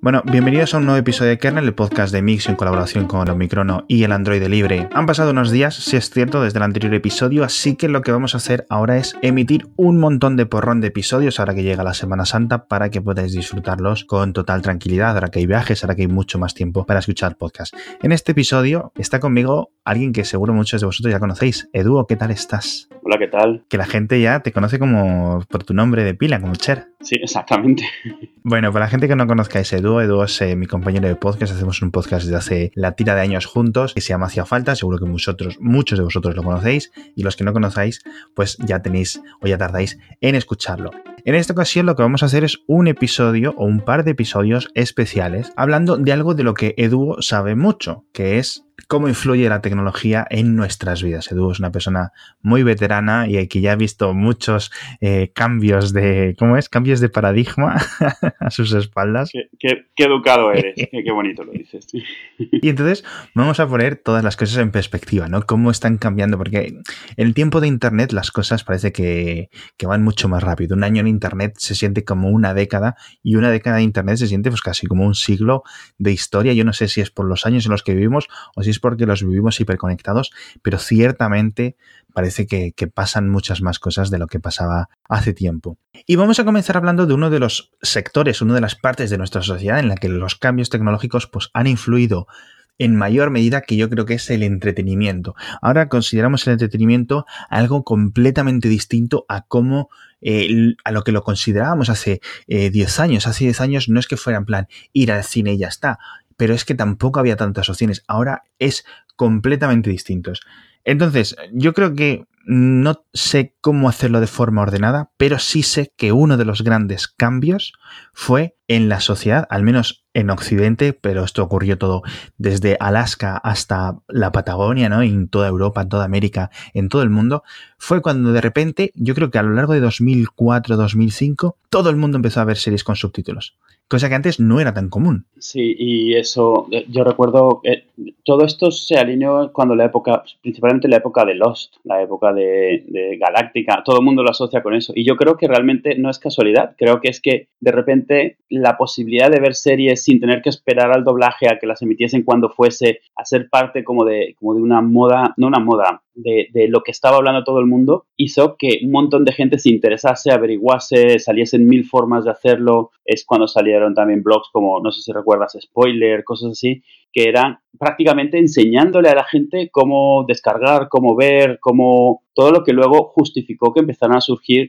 Bueno, bienvenidos a un nuevo episodio de Kernel, el podcast de Mix en colaboración con Omicrono y el Android Libre. Han pasado unos días, si es cierto, desde el anterior episodio, así que lo que vamos a hacer ahora es emitir un montón de porrón de episodios ahora que llega la Semana Santa para que podáis disfrutarlos con total tranquilidad, ahora que hay viajes, ahora que hay mucho más tiempo para escuchar podcast. En este episodio está conmigo alguien que seguro muchos de vosotros ya conocéis. Edu, ¿qué tal estás? Hola, ¿qué tal? Que la gente ya te conoce como por tu nombre de pila, como Cher. Sí, exactamente. Bueno, para la gente que no conozcáis a Edu es mi compañero de podcast. Hacemos un podcast desde hace la tira de años juntos que se llama Hacía Falta. Seguro que muchos de vosotros lo conocéis, y los que no conocáis, pues ya tenéis o ya tardáis en escucharlo. En esta ocasión lo que vamos a hacer es un episodio o un par de episodios especiales hablando de algo de lo que Edu sabe mucho, que es cómo influye la tecnología en nuestras vidas. Edu es una persona muy veterana y que ya ha visto muchos cambios de paradigma a sus espaldas. Qué educado eres, qué bonito lo dices. Y entonces vamos a poner todas las cosas en perspectiva, ¿no? Cómo están cambiando, porque en el tiempo de Internet las cosas parece que van mucho más rápido. Un año en Internet se siente como una década, y una década de Internet se siente pues casi como un siglo de historia. Yo no sé si es por los años en los que vivimos o si es porque los vivimos hiperconectados, pero ciertamente parece que pasan muchas más cosas de lo que pasaba hace tiempo. Y vamos a comenzar hablando de uno de los sectores, una de las partes de nuestra sociedad en la que los cambios tecnológicos pues, han influido en mayor medida, que yo creo que es el entretenimiento. Ahora consideramos el entretenimiento algo completamente distinto a cómo a lo que lo considerábamos hace 10 años. Hace 10 años no es que fuera en plan ir al cine y ya está, pero es que tampoco había tantas opciones. Ahora es completamente distinto. Entonces, yo creo que no sé cómo hacerlo de forma ordenada, pero sí sé que uno de los grandes cambios fue en la sociedad, al menos en Occidente, pero esto ocurrió todo desde Alaska hasta la Patagonia, ¿no? En toda Europa, en toda América, en todo el mundo. Fue cuando de repente, yo creo que a lo largo de 2004-2005, todo el mundo empezó a ver series con subtítulos, cosa que antes no era tan común. Sí, y eso, yo recuerdo que todo esto se alineó cuando principalmente la época de Lost, la época de Galáctica, todo el mundo lo asocia con eso. Y yo creo que realmente no es casualidad, creo que es que de repente la posibilidad de ver series sin tener que esperar al doblaje a que las emitiesen cuando fuese, a ser parte como de una moda, no una moda, de lo que estaba hablando todo el mundo, hizo que un montón de gente se interesase, averiguase, saliesen 1000 formas de hacerlo. Es cuando salieron también blogs como, no sé si recuerdas, Spoiler, cosas así, que eran prácticamente enseñándole a la gente cómo descargar, cómo ver, cómo todo lo que luego justificó que empezaran a surgir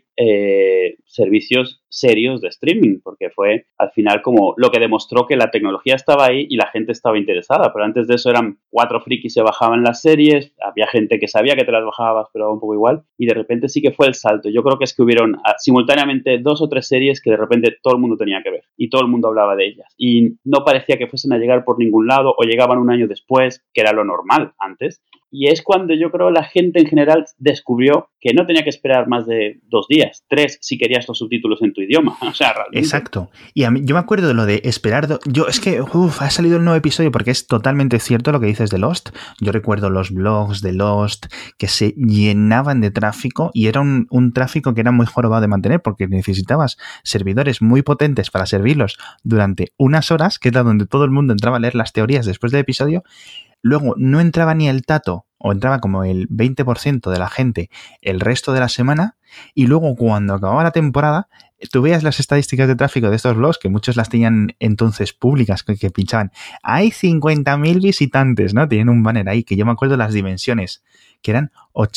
servicios serios de streaming, porque fue al final como lo que demostró que la tecnología estaba ahí y la gente estaba interesada. Pero antes de eso eran 4 frikis se bajaban las series, había gente que sabía que te las bajabas pero un poco igual, y de repente sí que fue el salto. Yo creo que es que hubieron simultáneamente 2 o 3 series que de repente todo el mundo tenía que ver y todo el mundo hablaba de ellas y no parecía que fuesen a llegar por ningún lado o llegaban un año después, que era lo normal antes. Y es cuando yo creo la gente en general descubrió que no tenía que esperar más de 2 días, 3 si querías los subtítulos en tu idioma. O sea, realmente. Exacto. Y a mí, yo me acuerdo de lo de esperar. Es que ha salido el nuevo episodio, porque es totalmente cierto lo que dices de Lost. Yo recuerdo los blogs de Lost que se llenaban de tráfico, y era un tráfico que era muy jorobado de mantener, porque necesitabas servidores muy potentes para servirlos durante unas horas, que era donde todo el mundo entraba a leer las teorías después del episodio. Luego no entraba ni el tato, o entraba como el 20% de la gente el resto de la semana, y luego cuando acababa la temporada, tú veías las estadísticas de tráfico de estos blogs, que muchos las tenían entonces públicas, que pinchaban, hay 50.000 visitantes, ¿no? Tenían un banner ahí, que yo me acuerdo de las dimensiones, que eran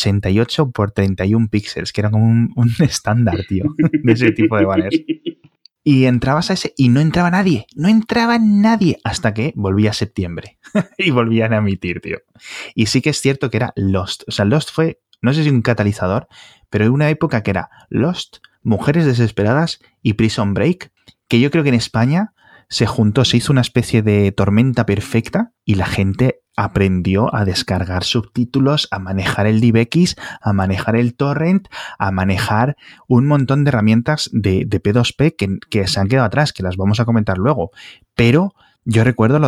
88 por 31 píxeles, que era como un estándar, tío, de ese tipo de banners. Y entrabas a ese y no entraba nadie hasta que volvía septiembre y volvían a emitir, tío. Y sí que es cierto que era Lost. O sea, Lost fue, no sé si un catalizador, pero en una época que era Lost, Mujeres Desesperadas y Prison Break, que yo creo que en España se hizo una especie de tormenta perfecta y la gente aprendió a descargar subtítulos, a manejar el DivX, a manejar el torrent, a manejar un montón de herramientas de P2P que se han quedado atrás, que las vamos a comentar luego. Pero yo recuerdo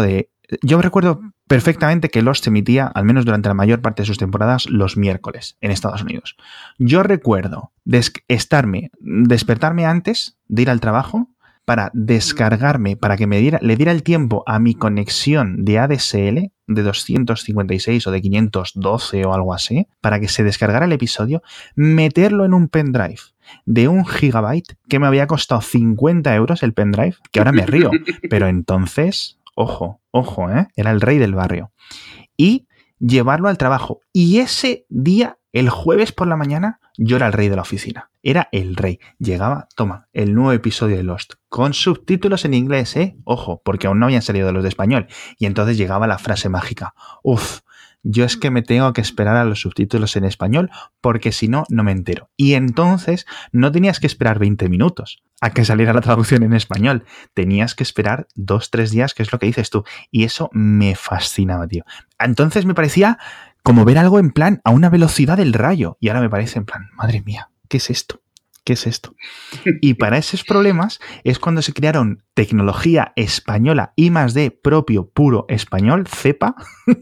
perfectamente que Lost se emitía, al menos durante la mayor parte de sus temporadas, los miércoles en Estados Unidos. Yo recuerdo despertarme antes de ir al trabajo, para descargarme, para que le diera el tiempo a mi conexión de ADSL de 256 o de 512 o algo así, para que se descargara el episodio, meterlo en un pendrive de 1 gigabyte que me había costado 50 euros el pendrive, que ahora me río, pero entonces, ojo, era el rey del barrio. Y llevarlo al trabajo. Y ese día, el jueves por la mañana, yo era el rey de la oficina. Era el rey. Llegaba, toma, el nuevo episodio de Lost, con subtítulos en inglés, ojo, porque aún no habían salido de los de español. Y entonces llegaba la frase mágica. Yo es que me tengo que esperar a los subtítulos en español porque si no, no me entero. Y entonces no tenías que esperar 20 minutos a que saliera la traducción en español. Tenías que esperar 2-3 días, que es lo que dices tú. Y eso me fascinaba, tío. Entonces me parecía como ver algo en plan a una velocidad del rayo. Y ahora me parece en plan, madre mía, ¿qué es esto? ¿Qué es esto? Y para esos problemas es cuando se crearon tecnología española I+D propio, puro español, cepa,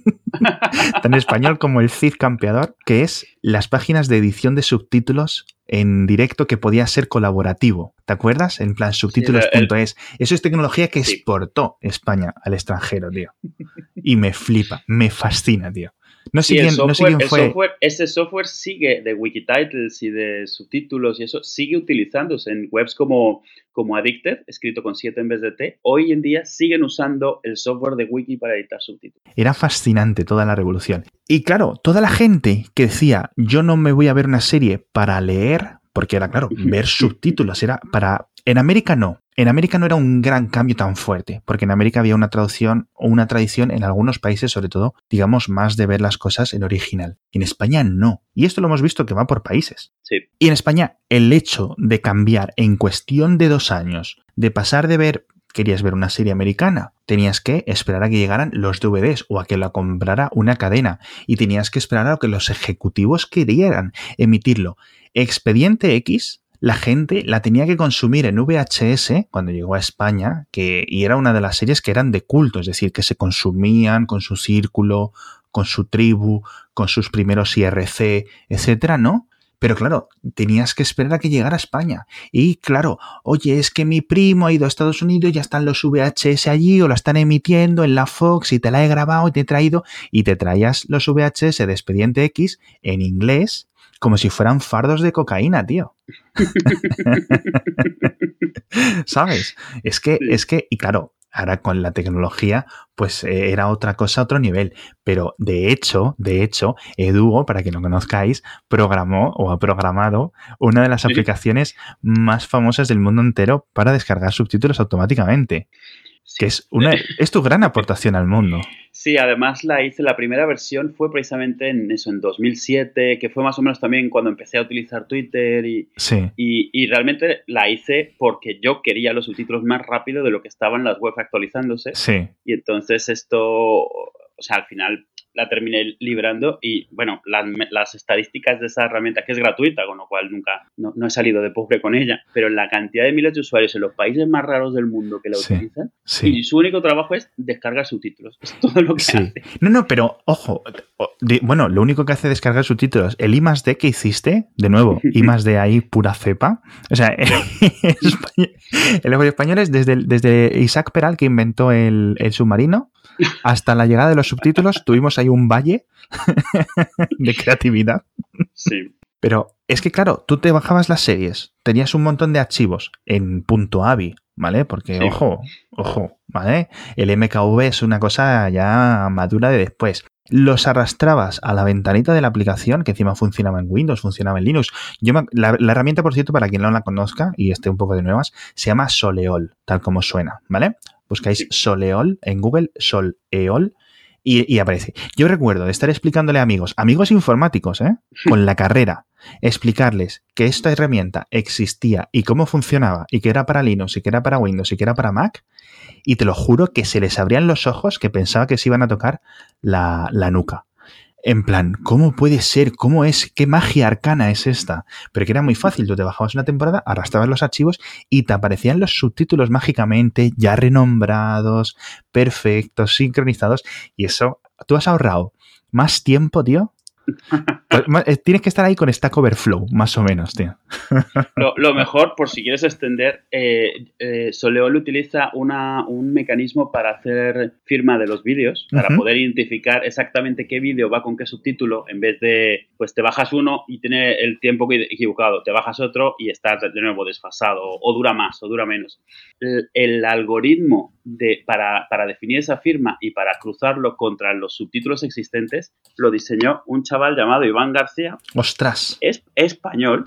tan español como el Cid Campeador, que es las páginas de edición de subtítulos en directo que podía ser colaborativo. ¿Te acuerdas? En plan subtítulos.es. Eso es tecnología que exportó España al extranjero, tío. Y me flipa, me fascina, tío. No sé quién fue. Ese software sigue, de Wikititles y de subtítulos y eso, sigue utilizándose en webs como Addicted, escrito con 7 en vez de T. Hoy en día siguen usando el software de Wiki para editar subtítulos. Era fascinante toda la revolución. Y claro, toda la gente que decía, yo no me voy a ver una serie para leer, porque era, claro, ver subtítulos, era para... En América no era un gran cambio tan fuerte, porque en América había una traducción o una tradición en algunos países, sobre todo, digamos, más de ver las cosas en original. En España no. Y esto lo hemos visto que va por países. Sí. Y en España, el hecho de cambiar en cuestión de 2 años, de pasar de ver, querías ver una serie americana, tenías que esperar a que llegaran los DVDs o a que la comprara una cadena, y tenías que esperar a que los ejecutivos querían emitirlo. Expediente X, la gente la tenía que consumir en VHS cuando llegó a España, y era una de las series que eran de culto, es decir, que se consumían con su círculo, con su tribu, con sus primeros IRC, etcétera, ¿no? Pero claro, tenías que esperar a que llegara a España. Y claro, oye, es que mi primo ha ido a Estados Unidos, ya están los VHS allí o la están emitiendo en la Fox y te la he grabado y te he traído, y te traías los VHS de Expediente X en inglés como si fueran fardos de cocaína, tío. ¿Sabes? Es que, y claro, ahora con la tecnología, pues era otra cosa, otro nivel. Pero de hecho, Edugo, para que no conozcáis, programó o ha programado una de las aplicaciones más famosas del mundo entero para descargar subtítulos automáticamente. Que es tu gran aportación al mundo. Sí, además la primera versión fue precisamente en 2007, que fue más o menos también cuando empecé a utilizar Twitter y realmente la hice porque yo quería los subtítulos más rápido de lo que estaban las webs actualizándose. Sí. Y entonces al final la terminé librando y, bueno, las estadísticas de esa herramienta, que es gratuita, con lo cual nunca, no he salido de pobre con ella, pero la cantidad de miles de usuarios en los países más raros del mundo que la utilizan, y su único trabajo es descargar subtítulos. Es todo lo que hace. No, pero, ojo, bueno, lo único que hace es descargar subtítulos. El I+D que hiciste, de nuevo, I+D ahí pura cepa. O sea, los españoles, desde Isaac Peral, que inventó el submarino, hasta la llegada de los subtítulos, tuvimos ahí un valle de creatividad. Sí. Pero es que, claro, tú te bajabas las series, tenías un montón de archivos en .avi, ¿vale? Porque, sí. ojo, ¿vale? El MKV es una cosa ya madura de después. Los arrastrabas a la ventanita de la aplicación, que encima funcionaba en Windows, funcionaba en Linux. La herramienta, por cierto, para quien no la conozca y esté un poco de nuevas, se llama Soleol, tal como suena, ¿vale? Buscáis Soleol en Google, Soleol, y aparece. Yo recuerdo de estar explicándole a amigos informáticos, con la carrera, explicarles que esta herramienta existía y cómo funcionaba, y que era para Linux, y que era para Windows, y que era para Mac, y te lo juro que se les abrían los ojos, que pensaba que se iban a tocar la nuca. En plan, ¿cómo puede ser? ¿Cómo es? ¿Qué magia arcana es esta? Pero que era muy fácil. Tú te bajabas una temporada, arrastrabas los archivos y te aparecían los subtítulos mágicamente, ya renombrados, perfectos, sincronizados. Y eso, tú has ahorrado más tiempo, tío, Pues, tienes que estar ahí con Stack Overflow, más o menos, tío. Lo mejor, por si quieres extender, Soleol utiliza un mecanismo para hacer firma de los vídeos, para poder identificar exactamente qué vídeo va con qué subtítulo, en vez de, pues te bajas uno y tiene el tiempo equivocado, te bajas otro y estás de nuevo desfasado, o dura más o dura menos. El algoritmo para definir esa firma y para cruzarlo contra los subtítulos existentes lo diseñó un chaval llamado Iván García. ¡Ostras! Es español.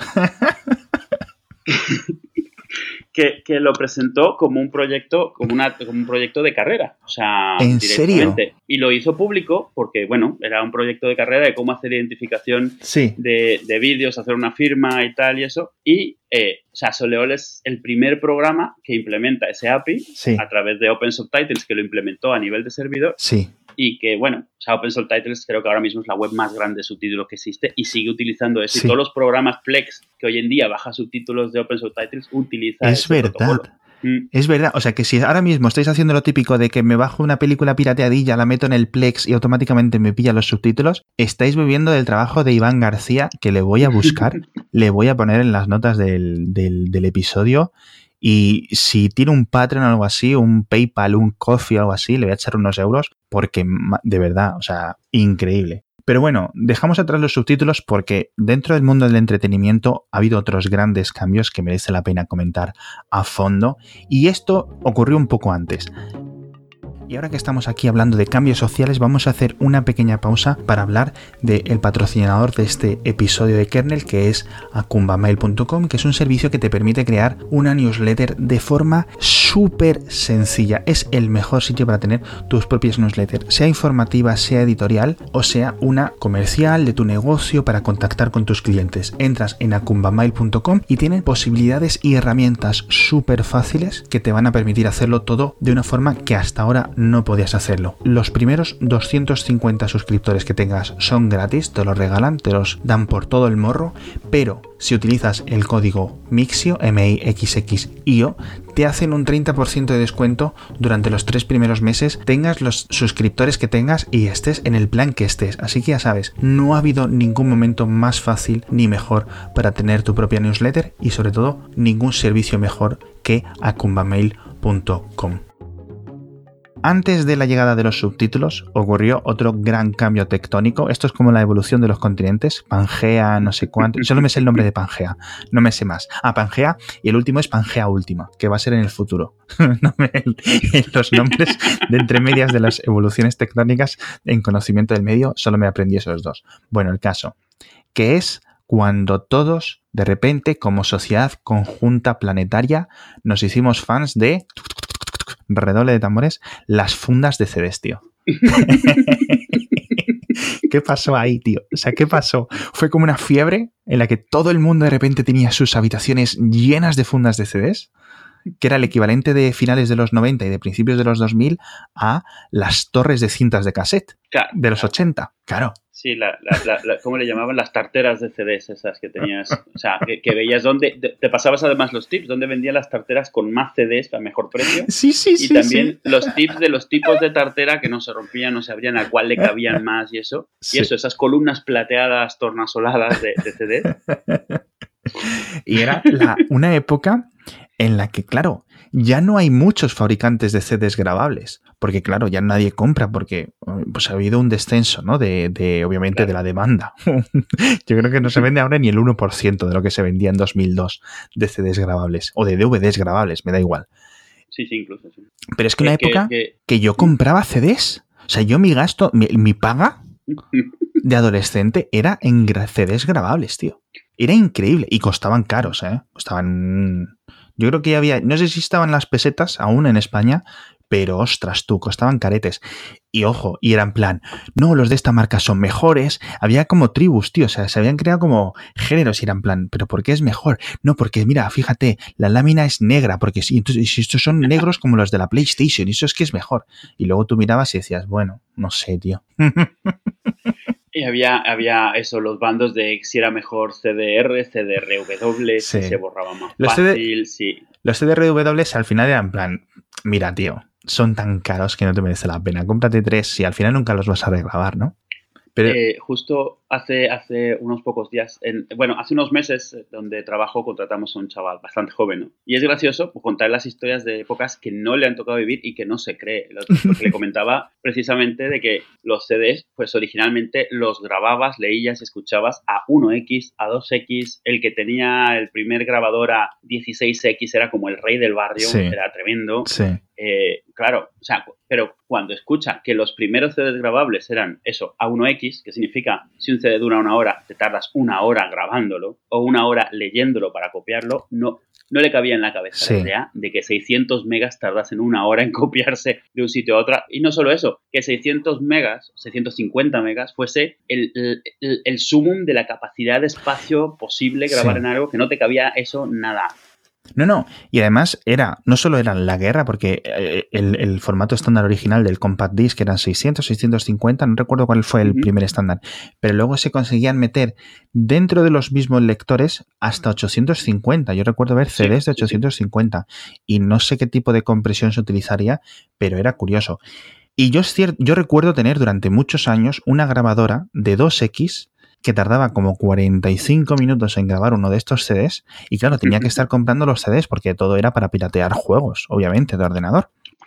que lo presentó como un proyecto, como un proyecto de carrera. O sea, ¿en serio? Y lo hizo público porque, bueno, era un proyecto de carrera de cómo hacer identificación de vídeos, hacer una firma y tal y eso. Y, o sea, Soleol es el primer programa que implementa ese API a través de Open Subtitles, que lo implementó a nivel de servidor. Sí. Y que, bueno, o sea, Open Subtitles creo que ahora mismo es la web más grande de subtítulos que existe y sigue utilizando eso. Sí. Y todos los programas Plex que hoy en día baja subtítulos de Open Subtitles utilizan ese protocolo. Es verdad, o sea que si ahora mismo estáis haciendo lo típico de que me bajo una película pirateadilla, la meto en el Plex y automáticamente me pilla los subtítulos, estáis viviendo del trabajo de Iván García, que le voy a buscar, le voy a poner en las notas del episodio. Y si tiene un Patreon o algo así, un PayPal, un Coffee o algo así, le voy a echar unos euros porque, de verdad, o sea, increíble. Pero bueno, dejamos atrás los subtítulos porque dentro del mundo del entretenimiento ha habido otros grandes cambios que merece la pena comentar a fondo. Y esto ocurrió un poco antes. Y ahora que estamos aquí hablando de cambios sociales, vamos a hacer una pequeña pausa para hablar del patrocinador de este episodio de Kernel, que es akumbamail.com, que es un servicio que te permite crear una newsletter de forma súper sencilla. Es el mejor sitio para tener tus propias newsletters, sea informativa, sea editorial o sea una comercial de tu negocio para contactar con tus clientes. Entras en akumbamail.com y tienen posibilidades y herramientas súper fáciles que te van a permitir hacerlo todo de una forma que hasta ahora no podías hacerlo. Los primeros 250 suscriptores que tengas son gratis, te los regalan, te los dan por todo el morro, pero si utilizas el código MIXIO, MIXXIO, te hacen un 30% de descuento durante los 3 primeros meses, tengas los suscriptores que tengas y estés en el plan que estés. Así que ya sabes, no ha habido ningún momento más fácil ni mejor para tener tu propia newsletter y sobre todo ningún servicio mejor que akumbamail.com. Antes de la llegada de los subtítulos ocurrió otro gran cambio tectónico. Esto es como la evolución de los continentes. Pangea, no sé cuánto. Solo me sé el nombre de Pangea. No me sé más. Pangea. Y el último es Pangea Última, que va a ser en el futuro. Los nombres de entre medias de las evoluciones tectónicas en conocimiento del medio, solo me aprendí esos dos. Bueno, el caso, que es cuando todos, de repente, como sociedad conjunta planetaria, nos hicimos fans de... redoble de tambores, las fundas de CDs, tío. ¿Qué pasó ahí, tío? O sea, ¿qué pasó? Fue como una fiebre en la que todo el mundo de repente tenía sus habitaciones llenas de fundas de CDs, que era el equivalente de finales de los 90 y de principios de los 2000 a las torres de cintas de cassette de los 80. Claro. Sí, ¿cómo le llamaban? Las tarteras de CDs esas que tenías. O sea, que veías dónde... Te pasabas además los tips, dónde vendían las tarteras con más CDs a mejor precio. Sí. Y también los tips de los tipos de tartera que no se rompían, no se abrían, a cuál le cabían más y eso. Sí. Y eso, esas columnas plateadas, tornasoladas de CDs. Y era una época en la que, claro, ya no hay muchos fabricantes de CDs grabables, porque claro, ya nadie compra porque pues ha habido un descenso, ¿no? Obviamente, claro, de la demanda. Yo creo que no se vende ahora ni el 1% de lo que se vendía en 2002 de CDs grabables o de DVDs grabables, me da igual. Sí, incluso, sí. Pero es que una época que yo compraba CDs, o sea, yo mi gasto, mi paga de adolescente era en CDs grabables, tío. Era increíble y costaban caros, ¿eh? Costaban... Yo creo que había... No sé si estaban las pesetas aún en España, pero ostras tú, costaban caretes. Y ojo, y era en plan, no, los de esta marca son mejores. Había como tribus, tío, o sea, se habían creado como géneros y era en plan, ¿pero por qué es mejor? No, porque mira, fíjate, la lámina es negra, porque si estos son negros como los de la PlayStation, y eso es que es mejor. Y luego tú mirabas y decías, bueno, no sé, tío. Y había eso, los bandos de si era mejor CDR, CDRW, sí, si se borraba más los fácil, sí. Los CDRW al final eran en plan, mira, tío, son tan caros que no te merece la pena. Cómprate 3 y al final nunca los vas a regrabar, ¿no? Pero... justo hace unos pocos días, hace unos meses, donde trabajo, contratamos a un chaval bastante joven, ¿no? Y es gracioso contar las historias de épocas que no le han tocado vivir y que no se cree. Porque le comentaba precisamente de que los CDs, pues originalmente los grababas, leías y escuchabas a 1X, a 2X. El que tenía el primer grabador a 16X era como el rey del barrio, sí, era tremendo. Sí. Claro, o sea, pero cuando escucha que los primeros CDs grabables eran eso, A1X, que significa si un CD dura 1 hora, te tardas 1 hora grabándolo o 1 hora leyéndolo para copiarlo, no le cabía en la cabeza la idea de que 600 megas tardasen 1 hora en copiarse de un sitio a otro. Y no solo eso, que 600 megas, 650 megas fuese el sumum de la capacidad de espacio posible grabar en algo, que no te cabía eso nada. No, y además no solo era la guerra, porque el formato estándar original del Compact Disc eran 600, 650, no recuerdo cuál fue el primer estándar, pero luego se conseguían meter dentro de los mismos lectores hasta 850. Yo recuerdo ver CDs de 850 y no sé qué tipo de compresión se utilizaría, pero era curioso. Y yo recuerdo tener durante muchos años una grabadora de 2X que tardaba como 45 minutos en grabar uno de estos CDs y claro, tenía que estar comprando los CDs porque todo era para piratear juegos, obviamente, de ordenador.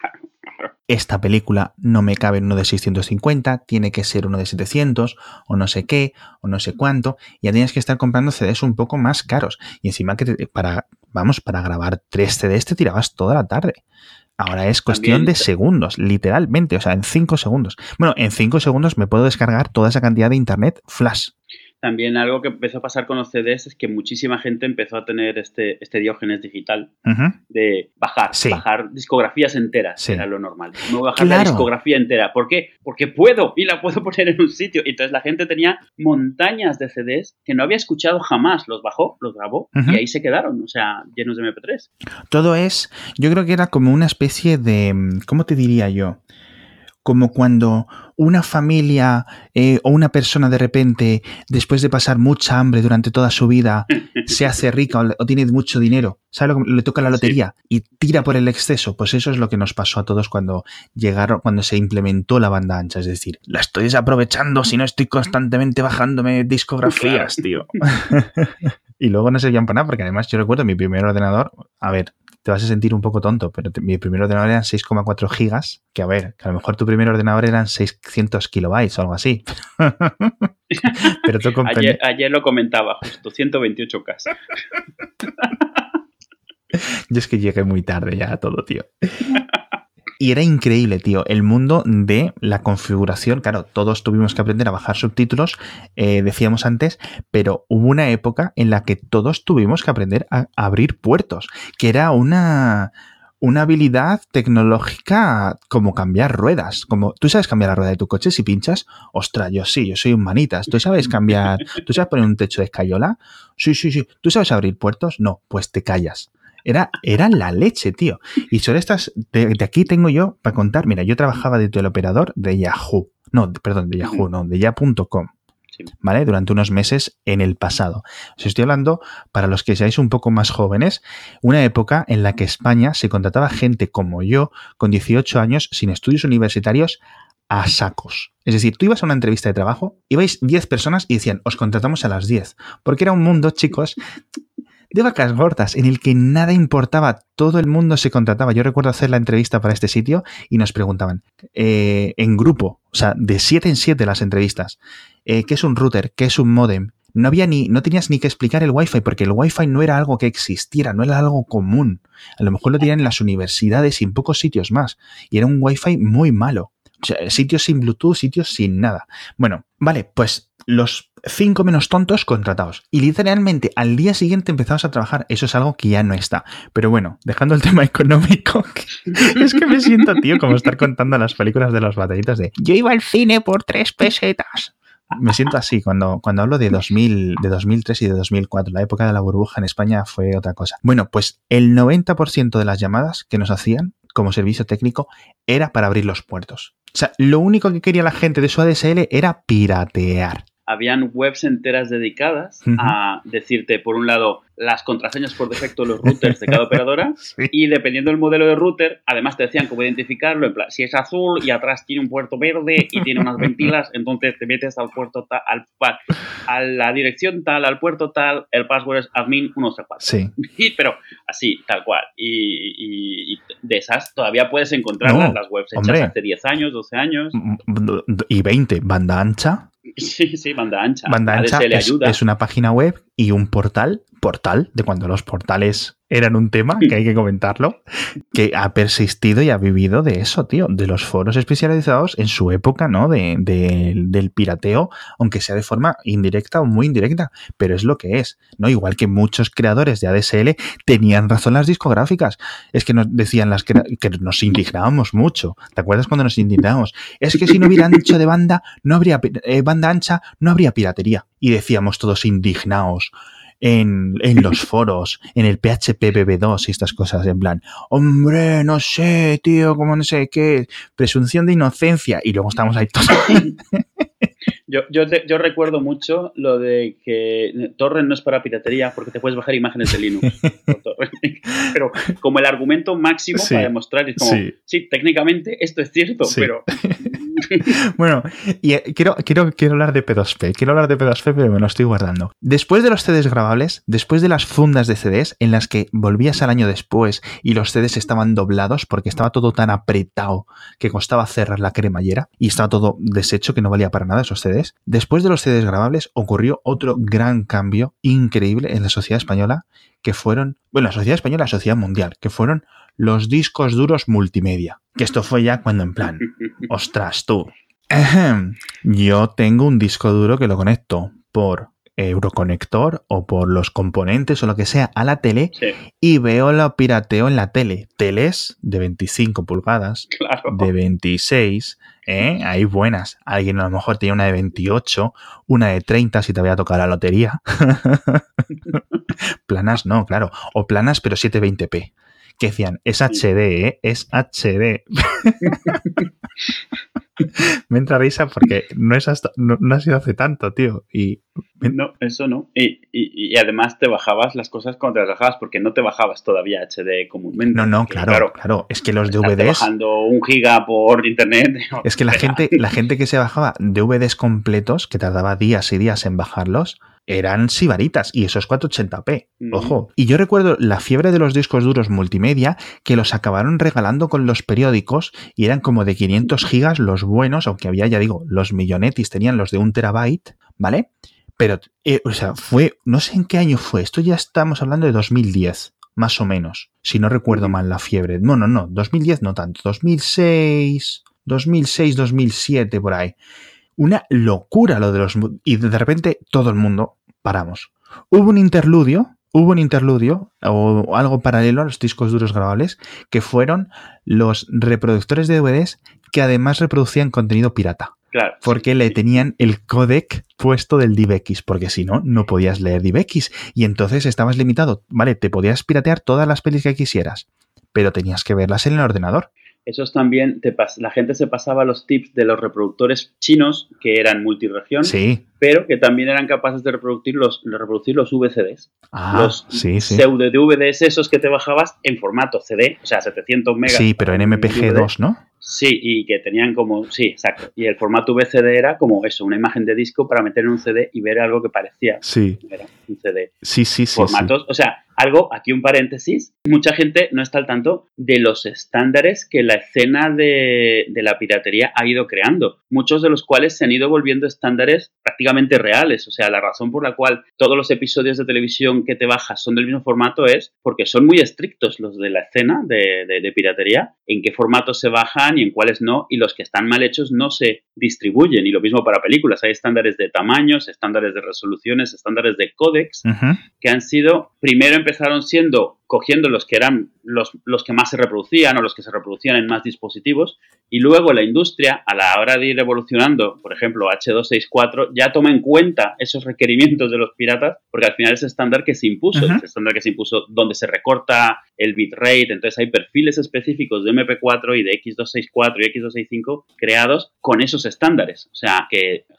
Esta película no me cabe en uno de 650, tiene que ser uno de 700 o no sé qué o no sé cuánto, y ya tienes que estar comprando CDs un poco más caros y encima que para grabar 3 CDs te tirabas toda la tarde. Ahora es cuestión de segundos, literalmente, o sea, en 5 segundos. Bueno, en 5 segundos me puedo descargar toda esa cantidad de internet flash. También algo que empezó a pasar con los CDs es que muchísima gente empezó a tener este Diógenes digital de bajar discografías enteras, era lo normal. No bajar la discografía entera. ¿Por qué? Porque puedo y la puedo poner en un sitio. Entonces la gente tenía montañas de CDs que no había escuchado jamás. Los bajó, los grabó y ahí se quedaron, o sea, llenos de MP3. Todo yo creo que era como una especie de, ¿cómo te diría yo? Como cuando una familia o una persona de repente, después de pasar mucha hambre durante toda su vida, se hace rica o tiene mucho dinero, ¿sabes? Le toca la lotería y tira por el exceso. Pues eso es lo que nos pasó a todos cuando se implementó la banda ancha. Es decir, la estoy desaprovechando si no estoy constantemente bajándome discografías, tío. Y luego no servían para nada, porque además yo recuerdo mi primer ordenador, a ver, te vas a sentir un poco tonto, pero mi primer ordenador eran 6,4 gigas, que a lo mejor tu primer ordenador eran 600 kilobytes o algo así. Pero tú ayer lo comentaba, justo, 128K. Yo es que llegué muy tarde ya a todo, tío. Y era increíble, tío, el mundo de la configuración. Claro, todos tuvimos que aprender a bajar subtítulos, decíamos antes, pero hubo una época en la que todos tuvimos que aprender a abrir puertos, que era una habilidad tecnológica como cambiar ruedas. Como, ¿tú sabes cambiar la rueda de tu coche si pinchas? Ostras, yo soy un manitas. ¿Tú sabes poner un techo de escayola? Sí. ¿Tú sabes abrir puertos? No, pues te callas. Era la leche, tío. Y sobre estas, de aquí tengo yo para contar. Mira, yo trabajaba de teleoperador de Yahoo. De ya.com. Sí. ¿Vale? Durante unos meses en el pasado. Os estoy hablando, para los que seáis un poco más jóvenes, una época en la que España se contrataba gente como yo, con 18 años, sin estudios universitarios, a sacos. Es decir, tú ibas a una entrevista de trabajo, ibais 10 personas y decían, os contratamos a las 10. Porque era un mundo, chicos, de vacas gordas, en el que nada importaba, todo el mundo se contrataba. Yo recuerdo hacer la entrevista para este sitio y nos preguntaban, en grupo, o sea, de 7 en 7 las entrevistas, ¿qué es un router? ¿Qué es un módem? No tenías ni que explicar el Wi-Fi, porque el Wi-Fi no era algo que existiera, no era algo común. A lo mejor lo tenían en las universidades y en pocos sitios más, y era un Wi-Fi muy malo. O sea, sitios sin Bluetooth, sitios sin nada. Bueno, vale, pues los 5 menos tontos contratados. Y literalmente al día siguiente empezamos a trabajar. Eso es algo que ya no está. Pero bueno, dejando el tema económico, es que me siento, tío, como estar contando las películas de los batallitas de yo iba al cine por 3 pesetas. Me siento así cuando hablo de 2003 y de 2004. La época de la burbuja en España fue otra cosa. Bueno, pues el 90% de las llamadas que nos hacían como servicio técnico era para abrir los puertos. O sea, lo único que quería la gente de su ADSL era piratear. habían webs enteras dedicadas a decirte, por un lado, las contraseñas por defecto de los routers de cada operadora y dependiendo del modelo de router, además te decían cómo identificarlo, en plan, si es azul y atrás tiene un puerto verde y tiene unas ventilas, entonces te metes al puerto tal, a la dirección tal, al puerto tal, el password es admin 134. Sí. Pero así, tal cual. Y de esas todavía puedes encontrarlas, las webs hechas hace 10 años, 12 años. Y 20, banda ancha. Sí, banda ancha. Banda ancha es una página web y un portal de cuando los portales eran un tema, que hay que comentarlo, que ha persistido y ha vivido de eso, tío, de los foros especializados en su época, ¿no? Del pirateo, aunque sea de forma indirecta o muy indirecta, pero es lo que es, ¿no? Igual que muchos creadores de ADSL tenían razón las discográficas. Es que nos decían que nos indignábamos mucho. ¿Te acuerdas cuando nos indignábamos? Es que si no hubieran dicho de banda, no habría banda ancha, no habría piratería. Y decíamos todos indignados en los foros, en el PHP BB2 y estas cosas, en plan, hombre, no sé, tío, como no sé qué, presunción de inocencia, y luego estamos ahí todos. Yo recuerdo mucho lo de que Torrent no es para piratería porque te puedes bajar imágenes de Linux. Pero como el argumento máximo para demostrar, es como, sí, técnicamente esto es cierto, pero... Bueno, y quiero hablar de P2P. Quiero hablar de P2P, pero me lo estoy guardando. Después de los CDs grabables, después de las fundas de CDs en las que volvías al año después y los CDs estaban doblados porque estaba todo tan apretado que costaba cerrar la cremallera y estaba todo deshecho que no valía para nada esos CDs. Después de los CDs grabables ocurrió otro gran cambio increíble en la sociedad española que fueron, bueno, la sociedad española, la sociedad mundial, que fueron los discos duros multimedia. Que esto fue ya cuando en plan, ostras, tú. Yo tengo un disco duro que lo conecto por Euroconector o por los componentes o lo que sea a la tele y veo lo pirateo en la tele. Teles de 25 pulgadas, de 26, hay buenas. Alguien a lo mejor tenía una de 28, una de 30 si te voy a tocar la lotería. Planas no, claro. O planas pero 720p. Que decían, es HD, es HD. Me entra risa porque no ha sido hace tanto, tío. No, eso no. Y además te bajabas las cosas cuando te las bajabas porque no te bajabas todavía HD comúnmente. No, claro. Es que los DVDs... bajando 1 giga por internet. Es que la gente que se bajaba DVDs completos, que tardaba días y días en bajarlos, eran sibaritas, y eso es 480p, ojo. Y yo recuerdo la fiebre de los discos duros multimedia, que los acabaron regalando con los periódicos, y eran como de 500 gigas los buenos, aunque había, ya digo, los millonetis tenían los de 1 terabyte, ¿vale? Pero, o sea, no sé en qué año fue, esto ya estamos hablando de 2010, más o menos, si no recuerdo mal la fiebre. No, 2010 no tanto, 2006, 2007, por ahí. Una locura lo de los... Y de repente todo el mundo paramos. Hubo un interludio o algo paralelo a los discos duros grabables que fueron los reproductores de DVDs que además reproducían contenido pirata. Claro. Porque le tenían el códec puesto del DivX, porque si no, no podías leer DivX y entonces estabas limitado. Vale, te podías piratear todas las pelis que quisieras, pero tenías que verlas en el ordenador. Esos también, la gente se pasaba los tips de los reproductores chinos, que eran multiregión, pero que también eran capaces de reproducir los VCDs. Los pseudo DVDs esos que te bajabas en formato CD, o sea, 700 megas. Sí, pero en MPG2, ¿no? Sí, y que tenían como... Sí, exacto. Y el formato VCD era como eso, una imagen de disco para meter en un CD y ver algo que parecía. Sí. Era un CD. Sí. Formatos, o sea, algo, aquí un paréntesis, mucha gente no está al tanto de los estándares que la escena de la piratería ha ido creando, muchos de los cuales se han ido volviendo estándares prácticamente reales. O sea, la razón por la cual todos los episodios de televisión que te bajas son del mismo formato es porque son muy estrictos los de la escena de piratería, en qué formatos se bajan y en cuáles no, y los que están mal hechos no se distribuyen. Y lo mismo para películas, hay estándares de tamaños, estándares de resoluciones, estándares de códex, que han sido, primero empezaron siendo cogiendo los que eran los que más se reproducían o los que se reproducían en más dispositivos, y luego la industria, a la hora de ir evolucionando, por ejemplo, H264, ya toma en cuenta esos requerimientos de los piratas, porque al final es estándar que se impuso, es estándar que se impuso donde se recorta el bitrate. Entonces hay perfiles específicos de MP4 y de X264 y X265 creados con esos estándares. O sea,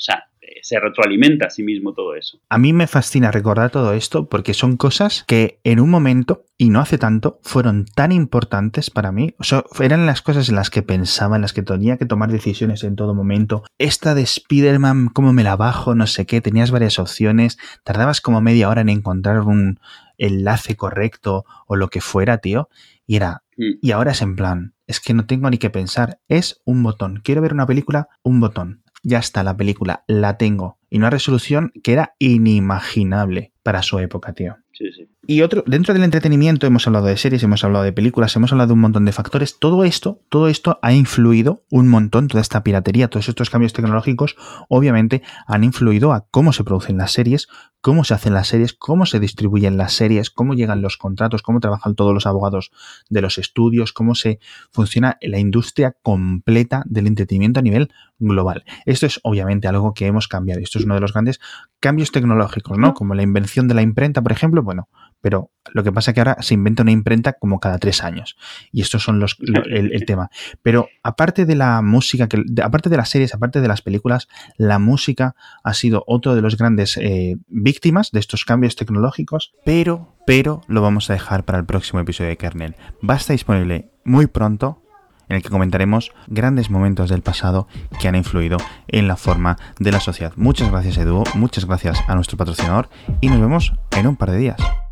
se retroalimenta a sí mismo todo eso. A mí me fascina recordar todo esto porque son cosas que en un momento, y no hace tanto, fueron tan importantes para mí. O sea, eran las cosas en las que pensaba, en las que tenía que tomar decisiones en todo momento. Esta de Spider-Man, ¿cómo me la bajo? No sé qué, tenías varias opciones, tardabas como media hora en encontrar un enlace correcto o lo que fuera, tío, y ahora es en plan, es que no tengo ni que pensar, es un botón. Quiero ver una película, un botón. Ya está, la película, la tengo. Y una resolución que era inimaginable para su época, tío. Sí, sí. Y dentro del entretenimiento hemos hablado de series, hemos hablado de películas, hemos hablado de un montón de factores. Todo esto ha influido un montón, toda esta piratería, todos estos cambios tecnológicos, obviamente han influido a cómo se producen las series, cómo se hacen las series, cómo se distribuyen las series, cómo llegan los contratos, cómo trabajan todos los abogados de los estudios, cómo se funciona la industria completa del entretenimiento a nivel global. Esto es obviamente algo que hemos cambiado. Esto es uno de los grandes cambios tecnológicos, ¿no? Como la invención de la imprenta, por ejemplo, bueno, pero lo que pasa es que ahora se inventa una imprenta como cada 3 años. Y estos son el tema. Pero aparte de la música, aparte de las series, aparte de las películas, la música ha sido otro de los grandes víctimas de estos cambios tecnológicos. Pero lo vamos a dejar para el próximo episodio de Kernel. Va a estar disponible muy pronto, en el que comentaremos grandes momentos del pasado que han influido en la forma de la sociedad. Muchas gracias, Edu, muchas gracias a nuestro patrocinador y nos vemos en un par de días.